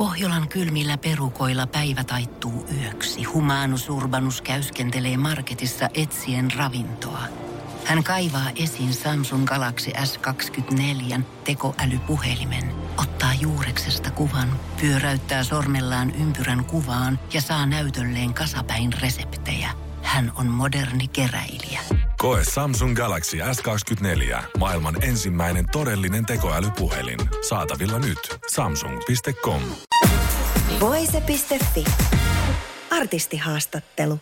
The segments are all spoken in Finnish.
Pohjolan kylmillä perukoilla päivä taittuu yöksi. Humanus Urbanus käyskentelee marketissa etsien ravintoa. Hän kaivaa esiin Samsung Galaxy S24 tekoälypuhelimen, ottaa juureksesta kuvan, pyöräyttää sormellaan ympyrän kuvaan ja saa näytölleen kasapäin reseptejä. Hän on moderni keräilijä. Koe Samsung Galaxy S24. Maailman ensimmäinen todellinen tekoälypuhelin. Saatavilla nyt. Samsung.com. Voise.fi. Artistihaastattelu.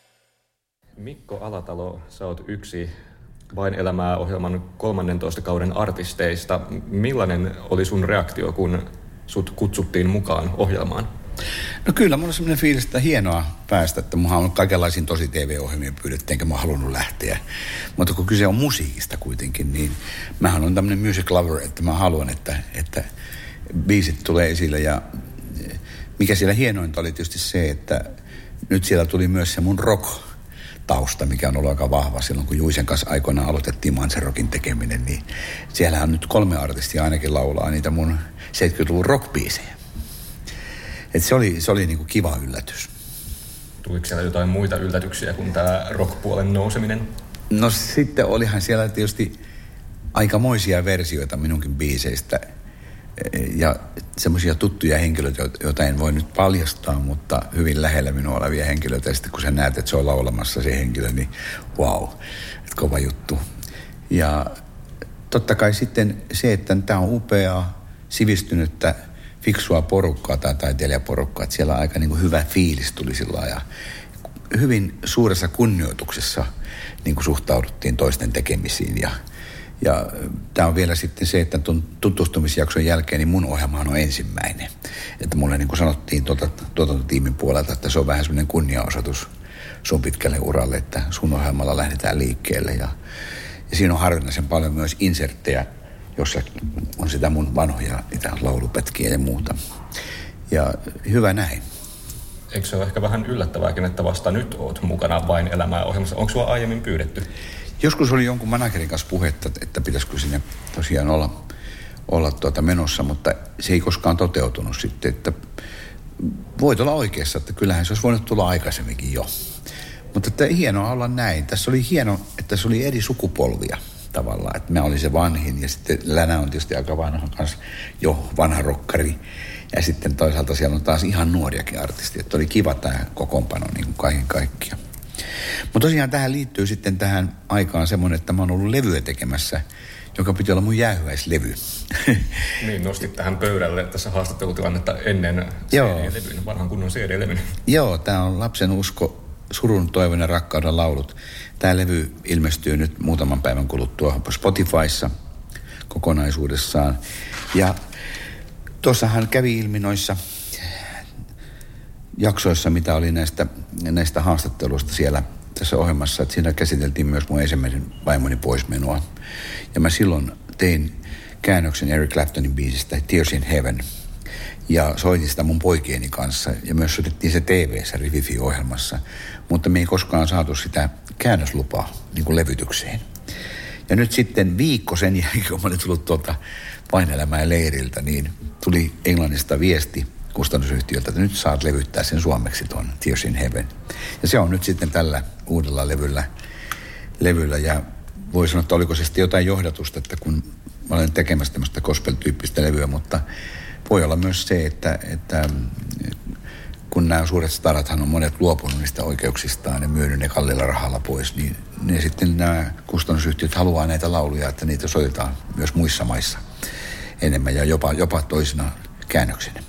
Mikko Alatalo, sä oot yksi Vain elämää -ohjelman 13 kauden artisteista. Millainen oli sun reaktio, kun sut kutsuttiin mukaan ohjelmaan? No kyllä, mulla on semmoinen fiilis, että hienoa päästä, että mulla on kaikenlaisiin tosi TV-ohjelmia pyydetty, enkä mä halunnut lähteä. Mutta kun kyse on musiikista kuitenkin, niin mähän on tämmöinen music lover, että mä haluan, että biisit tulee esille. Ja mikä siellä hienointa oli tietysti se, että nyt siellä tuli myös se mun rock-tausta, mikä on ollut aika vahva. Silloin kun Juisen kanssa aikoinaan aloitettiin Manserokin tekeminen, niin siellä on nyt 3 artistia ainakin laulaa niitä mun 70-luvun rock-biisejä. Et se oli niinku kiva yllätys. Tuliko siellä jotain muita yllätyksiä kuin tämä rock-puolen nouseminen? No sitten olihan siellä tietysti aikamoisia versioita minunkin biiseistä. Ja semmoisia tuttuja henkilöitä, joita en voi nyt paljastaa, mutta hyvin lähellä minua olevia henkilöitä. Ja sitten kun sä näet, että se on laulamassa se henkilö, niin vau, että kova juttu. Ja totta kai sitten se, että tämä on upeaa, sivistynyttä, fiksua porukkaa tai taiteilijaporukkaa, että siellä aika niin kuin hyvä fiilis tuli sillä ja hyvin suuressa kunnioituksessa niin kuin suhtauduttiin toisten tekemisiin. Ja tämä on vielä sitten se, että tutustumisjakson jälkeen niin mun ohjelmahan on ensimmäinen. Että mulle niin kuin sanottiin tuotantotiimin puolelta, että se on vähän semmoinen kunniaosoitus sun pitkälle uralle, että sun ohjelmalla lähdetään liikkeelle. Ja siinä on harvinaisen paljon myös inserttejä, jossa on sitä mun vanhoja niitä laulupätkiä ja muuta. Ja hyvä näin. Eikö se ole ehkä vähän yllättävääkin, että vasta nyt oot mukana Vain elämää -ohjelmassa? Onko sua aiemmin pyydetty? Joskus oli jonkun managerin kanssa puhetta, että pitäisikö sinne tosiaan olla menossa, mutta se ei koskaan toteutunut sitten. Että voit olla oikeassa, että kyllähän se olisi voinut tulla aikaisemminkin jo. Mutta että hienoa olla näin. Tässä oli hieno, että se oli eri sukupolvia tavallaan. Että mä olin se vanhin ja sitten Länä on tietysti aika vanha kanssa, jo vanha rokkari. Ja sitten toisaalta siellä on taas ihan nuoriakin artistia. Että oli kiva tämä kokoonpano niin kuin kaiken kaikkiaan. Mutta tosiaan tähän liittyy sitten tähän aikaan semmoinen, että mä oon ollut levyä tekemässä, joka piti olla mun jäähyväislevy. Niin, nostit tähän pöydälle tässä haastattelutilannetta ennen CD-levyn, vanhan kunnon CD-levyn. Joo, tää on Lapsen usko, surun, toivon ja rakkauden laulut. Tää levy ilmestyy nyt muutaman päivän kuluttua Spotifyssa kokonaisuudessaan. Ja tuossahan kävi ilmi noissa jaksoissa, mitä oli näistä haastatteluista siellä tässä ohjelmassa, että siinä käsiteltiin myös mun ensimmäisen vaimoni poismenoa. Ja mä silloin tein käännöksen Eric Claptonin biisistä Tears in Heaven. Ja soitin sitä mun poikieni kanssa ja myös soitettiin se TV-ssä Rivifi-ohjelmassa. Mutta me ei koskaan saatu sitä käännöslupaa niin kuin levytykseen. Ja nyt sitten viikko sen jälkeen, kun mä olin tullut Vain elämää -leiriltä, niin tuli Englannista viesti kustannusyhtiöltä, että nyt saat levyttää sen suomeksi tuon Tears in Heaven. Ja se on nyt sitten tällä uudella levyllä ja voi sanoa, että oliko se sitten jotain johdatusta, että kun mä olen tekemässä tämmöistä gospel-tyyppistä levyä, mutta voi olla myös se, että kun nämä suuret starathan on monet luopunut niistä oikeuksistaan ja myynyt ne kalliilla rahalla pois, niin ne sitten nämä kustannusyhtiöt haluaa näitä lauluja, että niitä soitetaan myös muissa maissa enemmän ja jopa toisena käännöksenä.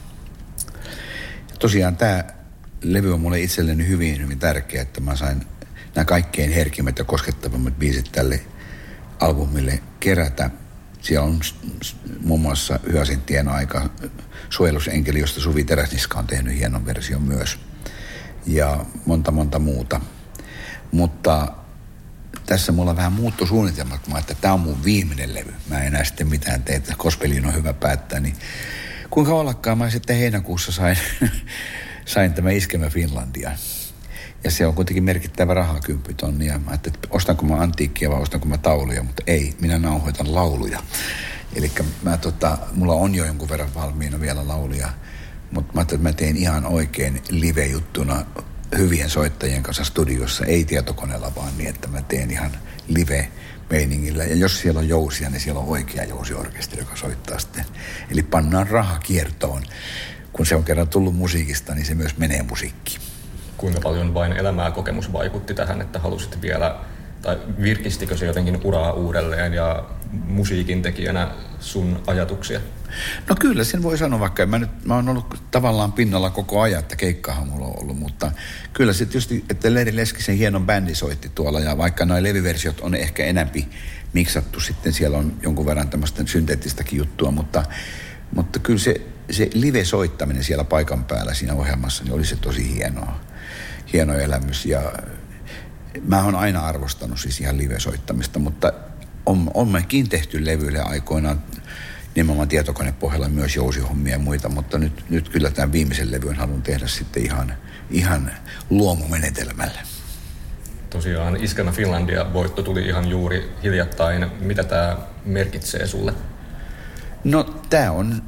Tosiaan tämä levy on mulle itselleni hyvin, hyvin tärkeä, että mä sain nämä kaikkein herkimmät ja koskettavimmat biisit tälle albumille kerätä. Siellä on muun muassa Hyasinttien aika, Suojelusenkeli, josta Suvi Teräsniska on tehnyt hienon version myös. Ja monta muuta. Mutta tässä mulla vähän muuttui suunnitelmat, että tämä on mun viimeinen levy. Mä en enää sitten mitään tee, että gospeliin on hyvä päättää, niin kuinka ollakaan mä sitten heinäkuussa sain tämä Iskemä Finlandia. Ja se on kuitenkin merkittävä raha, 10 000. Ja mä ajattelin, että ostanko mä antiikkia vai ostanko mä tauluja, mutta ei, minä nauhoitan lauluja. Eli mulla on jo jonkun verran valmiina vielä lauluja, mutta Mä ajattelin, että mä teen ihan oikein live-juttuna hyvien soittajien kanssa studiossa, ei tietokoneella vaan niin, että mä teen ihan live-meiningillä. Ja jos siellä on jousia, niin siellä on oikea jousiorkesteri, joka soittaa sitten. Eli pannaan raha kiertoon. Kun se on kerran tullut musiikista, niin se myös menee musiikkiin. Kuinka paljon vain elämää kokemus vaikutti tähän, että halusit vielä, tai virkistikö se jotenkin uraa uudelleen ja musiikin tekijänä sun ajatuksia? No kyllä, sen voi sanoa, vaikka mä oon ollut tavallaan pinnalla koko ajan, että keikkahan mulla on ollut, mutta kyllä se tietysti, että Leri Leskisen hienon bändi soitti tuolla, ja vaikka nuo levyversiot on ehkä enämpi miksattu, sitten siellä on jonkun verran tämmöistä synteettistäkin juttua, mutta kyllä se live-soittaminen siellä paikan päällä siinä ohjelmassa, niin oli se tosi hieno elämys, ja mä oon aina arvostanut siis ihan live-soittamista, mutta on mekin tehty levyille aikoinaan nimenomaan tietokonepohjalla myös jousihommia ja muita, mutta nyt kyllä tämän viimeisen levyn haluan tehdä sitten ihan luomumenetelmällä. Tosiaan Iskana Finlandia-voitto tuli ihan juuri hiljattain. Mitä tämä merkitsee sulle? No tämä on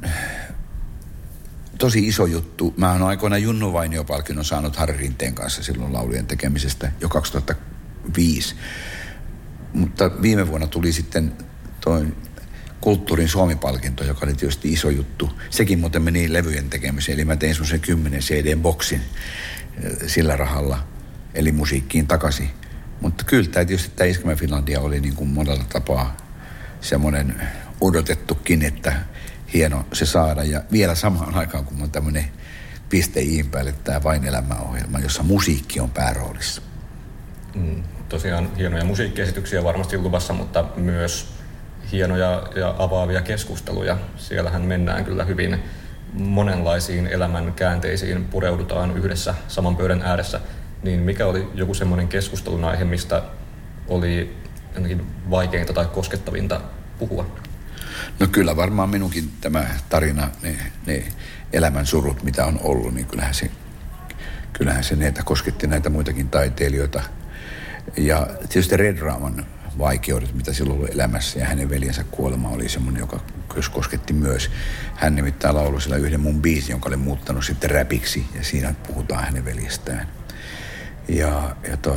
tosi iso juttu. Mä oon aikoinaan Junnu Vainio-palkinnon saanut Harri Rinteen kanssa silloin laulujen tekemisestä jo 2005. Mutta viime vuonna tuli sitten toi Kulttuurin Suomi-palkinto, joka oli tietysti iso juttu. Sekin muuten meni levyjen tekemiseen, eli mä tein semmoisen 10 CD-boksin sillä rahalla, eli musiikkiin takaisin. Mutta kyllä tietysti tämä Iskana Finlandia oli niin kuin monella tapaa semmoinen odotettukin, että hieno se saada. Ja vielä samaan aikaan, kun on tämmöinen piste iin päälle tämä Vain elämä-ohjelma, jossa musiikki on pääroolissa. Tosiaan hienoja musiikkiesityksiä varmasti luvassa, mutta myös hienoja ja avaavia keskusteluja. Siellähän mennään kyllä hyvin monenlaisiin elämän käänteisiin, pureudutaan yhdessä saman pöydän ääressä. Niin mikä oli joku semmoinen keskustelun aihe, mistä oli jotenkin vaikeinta tai koskettavinta puhua? No kyllä varmaan minunkin tämä tarina, ne elämän surut, mitä on ollut, niin kyllähän se näitä kosketti näitä muitakin taiteilijoita. Ja tietysti Red Raaman vaikeudet, mitä silloin oli elämässä, ja hänen veljensä kuolema oli semmoinen, joka kosketti myös. Hän nimittäin lauloi sillä yhden mun biisin, jonka oli muuttanut sitten räpiksi, ja siinä puhutaan hänen veljestään. Ja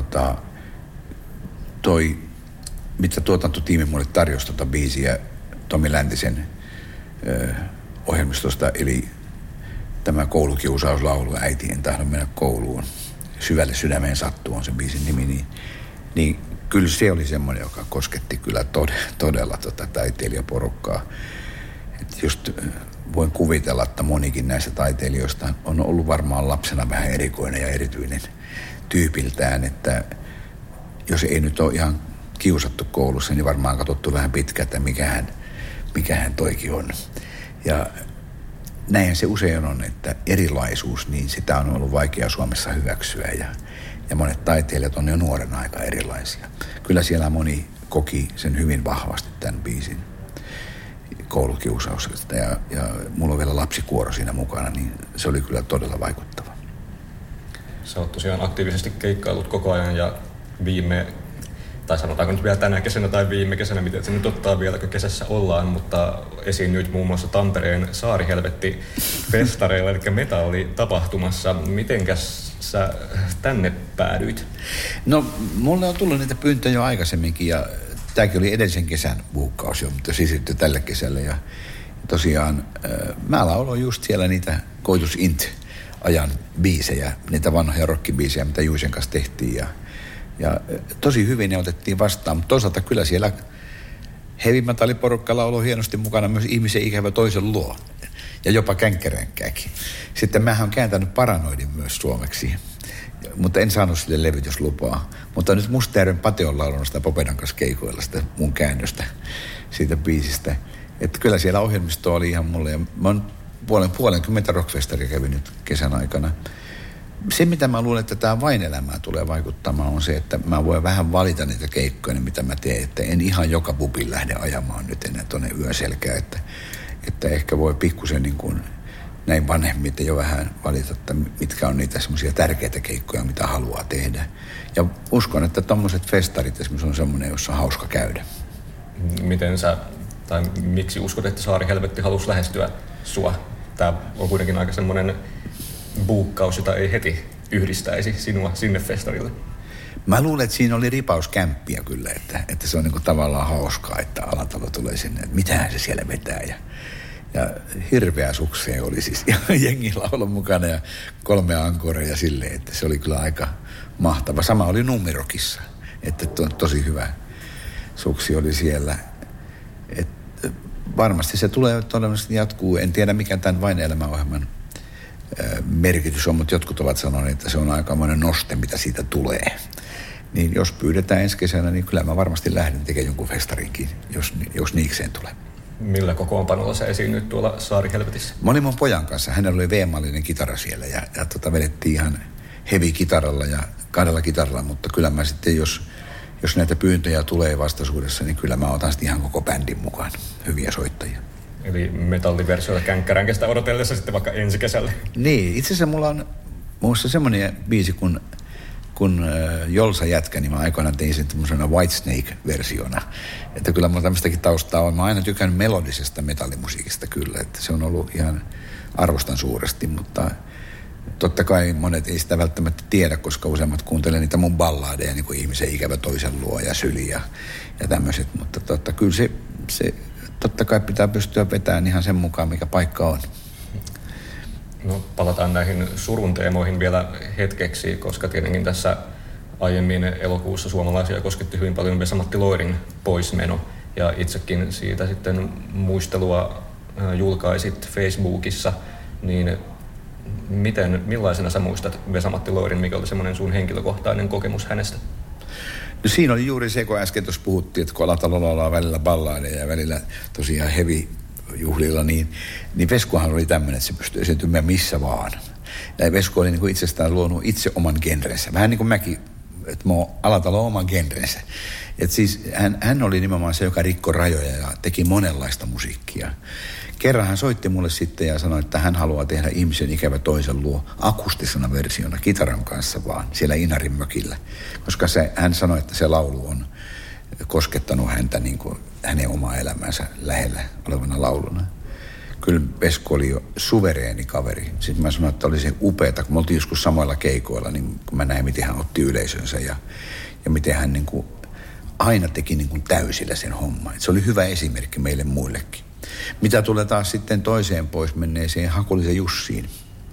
mitä tuotantotiimi mulle tarjosi biisiä Tomi Läntisen ohjelmistosta, eli tämä koulukiusauslaulu, äiti en tahdo mennä kouluun, syvälle sydämeen sattuu on sen biisin nimi, niin kyllä se oli semmoinen, joka kosketti kyllä todella taiteilijaporukkaa. Et just voin kuvitella, että monikin näistä taiteilijoista on ollut varmaan lapsena vähän erikoinen ja erityinen tyypiltään, että jos ei nyt ole ihan kiusattu koulussa, niin varmaan katsottu vähän pitkään, että mikähän toikin on. Ja näinhän se usein on, että erilaisuus, niin sitä on ollut vaikea Suomessa hyväksyä ja monet taiteilijat on jo nuorena aika erilaisia. Kyllä siellä moni koki sen hyvin vahvasti tämän biisin koulukiusauksesta ja mulla on vielä lapsikuoro siinä mukana, niin se oli kyllä todella vaikuttava. Sä oot tosiaan aktiivisesti keikkaillut koko ajan ja tai sanotaanko nyt vielä tänä kesänä tai viime kesänä, miten se nyt ottaa vieläkö kesässä ollaan, mutta esiinnyit muun muassa Tampereen Saarihelvetti-festareilla, eli metalli-tapahtumassa. Mitenkäs sä tänne päädyit? No, mulle on tullut niitä pyyntöjä jo aikaisemminkin, ja tämäkin oli edellisen kesän buukkaus jo, mutta siirtyi tälle kesälle, ja tosiaan mä lauloin just siellä niitä Koitus Int-ajan biisejä, niitä vanhoja rockibiisejä, mitä Juisen kanssa tehtiin, ja tosi hyvin ne otettiin vastaan, mutta toisaalta kyllä siellä heavy metalliporukka lauloi hienosti mukana myös ihmisen ikävä toisen luo. Ja jopa känkkäränkääkin. Sitten mähän on kääntänyt Paranoidin myös suomeksi, mutta en saanut sille levytyslupaa. Mutta nyt Mustajärven Pate on laulunut sitä Popedan kanssa keikoilla sitä mun käännöstä siitä biisistä. Että kyllä siellä ohjelmisto oli ihan mulle. Ja mä oon puolenkymmentä rockfestaria kävin nyt kesän aikana. Se, mitä mä luulen, että tämä Vain elämää tulee vaikuttamaan, on se, että mä voin vähän valita niitä keikkoja, mitä mä teen. Että en ihan joka pubin lähde ajamaan nyt enää tuonne yöselkään. Että ehkä voi pikkusen niin kuin näin vanhemmiten jo vähän valita, että mitkä on niitä semmoisia tärkeitä keikkoja, mitä haluaa tehdä. Ja uskon, että tommoset festarit esimerkiksi on semmoinen, jossa on hauska käydä. Miksi uskot, että Saarihelvetti halusi lähestyä sua? Tämä on kuitenkin aika semmoinen buukkaus, jota ei heti yhdistäisi sinua sinne festarille? Mä luulen, että siinä oli ripauskämppiä kyllä, että se on niinku tavallaan hauskaa, että Alatalo tulee sinne, että mitähän se siellä vetää. Ja hirveä sukseen oli siis jengi laulun mukana ja 3 ankoria silleen, että se oli kyllä aika mahtava. Sama oli Numerokissa, että tosi hyvä suksi oli siellä. Että varmasti se tulee todennäköisesti jatkuu. En tiedä mikä tämän Vain elämä-ohjelman merkitys on, mutta jotkut ovat sanoneet, että se on aikamoinen noste, mitä siitä tulee. Niin jos pyydetään ensi kesänä, niin kyllä mä varmasti lähden tekemään jonkun festarinkin, jos niikseen tulee. Millä kokoonpanolla sä esiinnyt tuolla Saarihelvetissä? Mä olin mun pojan kanssa. Hänellä oli V-mallinen kitara siellä ja vedettiin ihan heavy-kitaralla ja 2 kitaralla, mutta kyllä mä sitten, jos näitä pyyntöjä tulee vastaisuudessa, niin kyllä mä otan sitten ihan koko bändin mukaan. Hyviä soittajia. Eli metalliversioita Känkkäränkestä odotellessa sitten vaikka ensi kesälle. Niin, itse asiassa mulla on muassa semmoinen biisi, kun Jolsa jätkä, niin mä aikoinaan tein sen tämmöisenä Whitesnake-versiona. Että kyllä mulla tämmöistäkin taustaa on. Mä oon aina tykännyt melodisesta metallimusiikista kyllä, että se on ollut ihan, arvostan suuresti, mutta totta kai monet ei sitä välttämättä tiedä, koska useimmat kuuntelee niitä mun balladeja, niin kuin Ihmisen ikävä toisen luo ja Syli ja tämmöiset, mutta kyllä se totta kai pitää pystyä vetämään ihan sen mukaan, mikä paikka on. No, palataan näihin surun teemoihin vielä hetkeksi, koska tietenkin tässä aiemmin elokuussa suomalaisia kosketti hyvin paljon Vesa-Matti Loirin poismeno. Ja itsekin siitä sitten muistelua julkaisit Facebookissa. Niin millaisena sä muistat Vesa-Matti Loirin, mikä oli semmoinen sun henkilökohtainen kokemus hänestä? No siinä oli juuri se, kun äsken tuossa puhuttiin, että kun Alatalo laulaa välillä balladeja ja välillä tosiaan heavy juhlilla, niin Veskohan oli tämmöinen, että se pystyi esiintymään missä vaan. Ja Vesko oli niin kuin itsestään luonut itse oman genrensä. Vähän niin kuin mäkin, että Alatalo on oman genrensä. Että siis hän oli nimenomaan se, joka rikkoi rajoja ja teki monenlaista musiikkia. Kerran hän soitti mulle sitten ja sanoi, että hän haluaa tehdä Ihmisen ikävä toisen luo akustisena versiona kitaran kanssa vaan siellä Inarin mökillä. Koska hän sanoi, että se laulu on koskettanut häntä niin kuin hänen omaa elämänsä lähellä olevana lauluna. Kyllä Vesko oli jo suvereeni kaveri. Sitten mä sanoin, että oli se upeata, kun me oltiin joskus samoilla keikoilla, niin kun mä näin, miten hän otti yleisönsä ja miten hän niin kuin aina teki niin kuin täysillä sen homman. Se oli hyvä esimerkki meille muillekin. Mitä tulee taas sitten toiseen pois menneeseen Hakulisen Jussiin,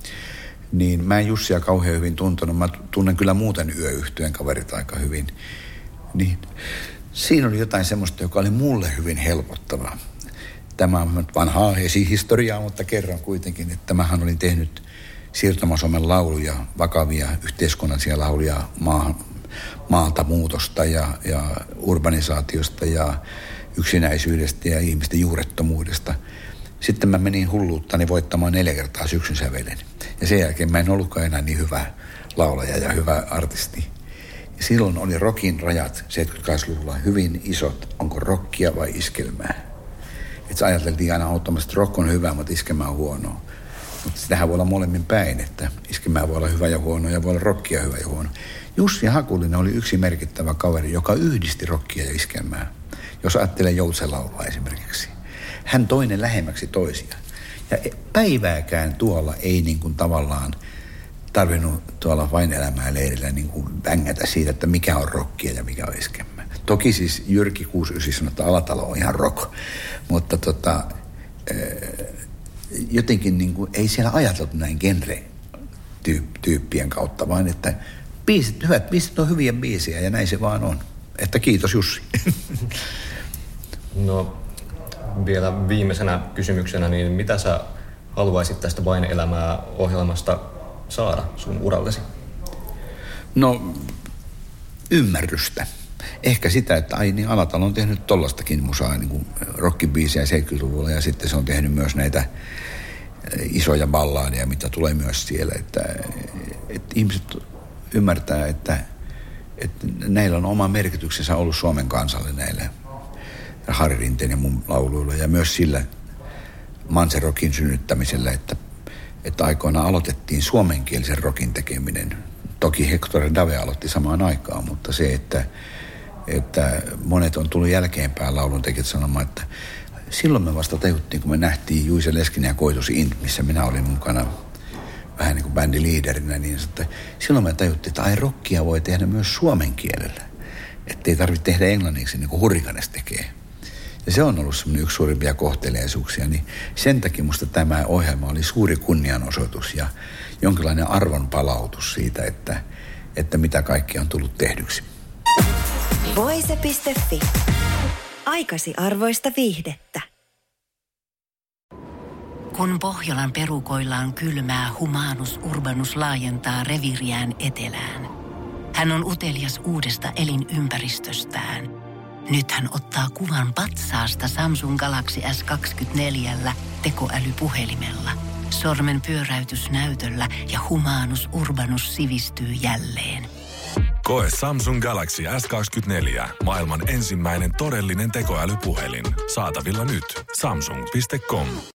niin mä en Jussia kauhean hyvin tuntenut. Mä tunnen kyllä muuten Yöyhtyeen kaverit aika hyvin. Niin siinä oli jotain semmoista, joka oli mulle hyvin helpottavaa. Tämä on vanhaa esihistoriaa, mutta kerron kuitenkin, että tämähän olin tehnyt Siirtomasomen lauluja, vakavia yhteiskunnallisia lauluja maalta muutosta ja urbanisaatiosta ja yksinäisyydestä ja ihmisten juurettomuudesta. Sitten mä menin hulluuttani voittamaan 4 kertaa Syksyn sävelen. Ja sen jälkeen mä en ollutkaan enää niin hyvä laulaja ja hyvä artisti. Ja silloin oli rockin rajat 78-luvulla hyvin isot. Onko rockia vai iskelmää? Että ajateltiin aina automaattisesti, että rock on hyvä, mutta iskelmää on huonoa. Mutta sitähän voi olla molemmin päin, että iskelmää voi olla hyvä ja huono ja voi olla rockia hyvä ja huono. Jussi Hakulinen oli yksi merkittävä kaveri, joka yhdisti rockia ja iskelmää. Jos ajattelee Joutsenlaulua esimerkiksi. Hän toi ne lähemmäksi toisia. Ja päivääkään tuolla ei niin kuin tavallaan tarvinnut tuolla Vain elämää leirillä niin kuin vängätä siitä, että mikä on rockia ja mikä on iskelmää. Toki siis Jyrki 69 sanoi, että Alatalo on ihan rock. Mutta jotenkin niin kuin, ei siellä ajateltu näin genre-tyyppien kautta, vaan että hyvät biisit on hyviä biisejä ja näin se vaan on. Että kiitos Jussi. No vielä viimeisenä kysymyksenä, niin mitä sä haluaisit tästä Vain elämää -ohjelmasta saada sun urallesi? No ymmärrystä. Ehkä sitä, että niin Alatalo on tehnyt tollastakin musaa, niin kuin rockibiisejä 70-luvulla ja sitten se on tehnyt myös näitä isoja balladeja, mitä tulee myös siellä, että ihmiset ymmärtää, että näillä on oma merkityksensä ollut Suomen kansalle näille Harri Rinteen ja mun lauluilla ja myös sillä Manse-rockin synnyttämisellä, että aikoinaan aloitettiin suomenkielisen rockin tekeminen. Toki Hector Dave aloitti samaan aikaan, mutta se, että monet on tullut jälkeenpäin lauluntekijät sanomaan, että silloin me vasta tajuttiin, kun me nähtiin Juise Leskinen ja Koitus Int, missä minä olin mukana vähän niin kuin bändiliiderinä, niin että silloin me tajuttiin, että ai rockia voi tehdä myös suomen kielellä. Että ei tarvitse tehdä englanniksi niin kuin Hurricanes tekee. Ja se on ollut semmoinen yksi suurimpia kohteliaisuuksia, niin sen takia musta tämä ohjelma oli suuri kunnianosoitus ja jonkinlainen arvon palautus siitä, että mitä kaikki on tullut tehdyksi. Voise.fi. Aikasi arvoista viihdettä. Kun Pohjolan perukoillaan kylmää, Humanus Urbanus laajentaa reviiriään etelään. Hän on utelias uudesta elinympäristöstään. Nyt hän ottaa kuvan patsaasta Samsung Galaxy S24 tekoälypuhelimella. Sormen pyöräytys näytöllä ja Humanus Urbanus sivistyy jälleen. Koe Samsung Galaxy S24. Maailman ensimmäinen todellinen tekoälypuhelin. Saatavilla nyt. Samsung.com.